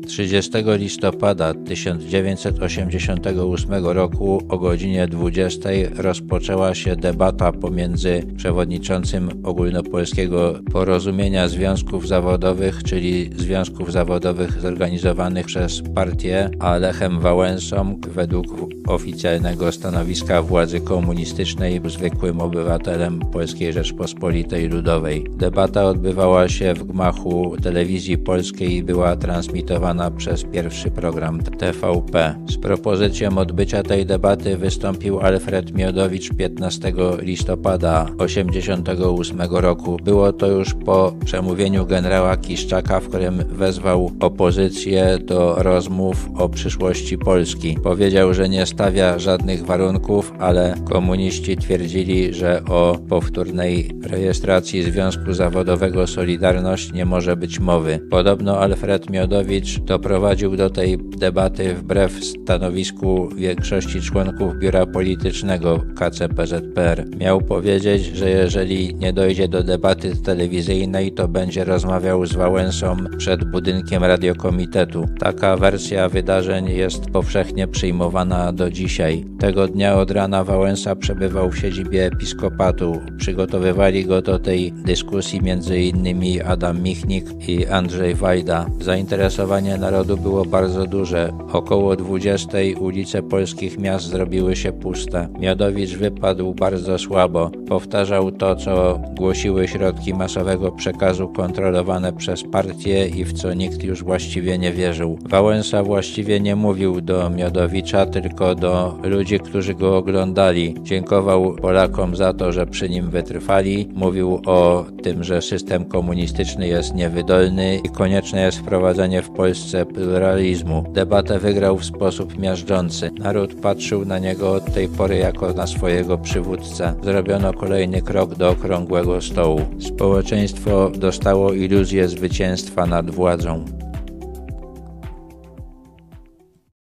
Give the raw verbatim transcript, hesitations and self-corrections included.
trzydziestego listopada tysiąc dziewięćset osiemdziesiątego ósmego roku o godzinie dwudziestej rozpoczęła się debata pomiędzy przewodniczącym Ogólnopolskiego Porozumienia Związków Zawodowych, czyli związków zawodowych zorganizowanych przez partię, a Lechem Wałęsą, według oficjalnego stanowiska władzy komunistycznej, zwykłym obywatelem Polskiej Rzeczpospolitej Ludowej. Debata odbywała się w gmachu Telewizji Polskiej i była transmitowana przez pierwszy program T V P. Z propozycją odbycia tej debaty wystąpił Alfred Miodowicz piętnastego listopada osiemdziesiątego ósmego roku. Było to już po przemówieniu generała Kiszczaka, w którym wezwał opozycję do rozmów o przyszłości Polski. Powiedział, że nie stawia żadnych warunków, ale komuniści twierdzili, że o powtórnej rejestracji Związku Zawodowego Solidarność nie może być mowy. Podobno Alfred Miodowicz doprowadził do tej debaty wbrew stanowisku większości członków biura politycznego K C P Z P R. Miał powiedzieć, że jeżeli nie dojdzie do debaty telewizyjnej, to będzie rozmawiał z Wałęsą przed budynkiem radiokomitetu. Taka wersja wydarzeń jest powszechnie przyjmowana do dzisiaj. Tego dnia od rana Wałęsa przebywał w siedzibie episkopatu. Przygotowywali go do tej dyskusji między innymi Adam Michnik i Andrzej Wajda. Zainteresowanie narodu było bardzo duże. Około dwudziestej ulice polskich miast zrobiły się puste. Miodowicz wypadł bardzo słabo. Powtarzał to, co głosiły środki masowego przekazu kontrolowane przez partię i w co nikt już właściwie nie wierzył. Wałęsa właściwie nie mówił do Miodowicza, tylko do ludzi, którzy go oglądali. Dziękował Polakom za to, że przy nim wytrwali. Mówił o tym, że system komunistyczny jest niewydolny i konieczne jest wprowadzenie w Polsce pluralizmu. Debatę wygrał w sposób miażdżący. Naród patrzył na niego od tej pory jako na swojego przywódcę. Zrobiono kolejny krok do okrągłego stołu. Społeczeństwo dostało iluzję zwycięstwa nad władzą.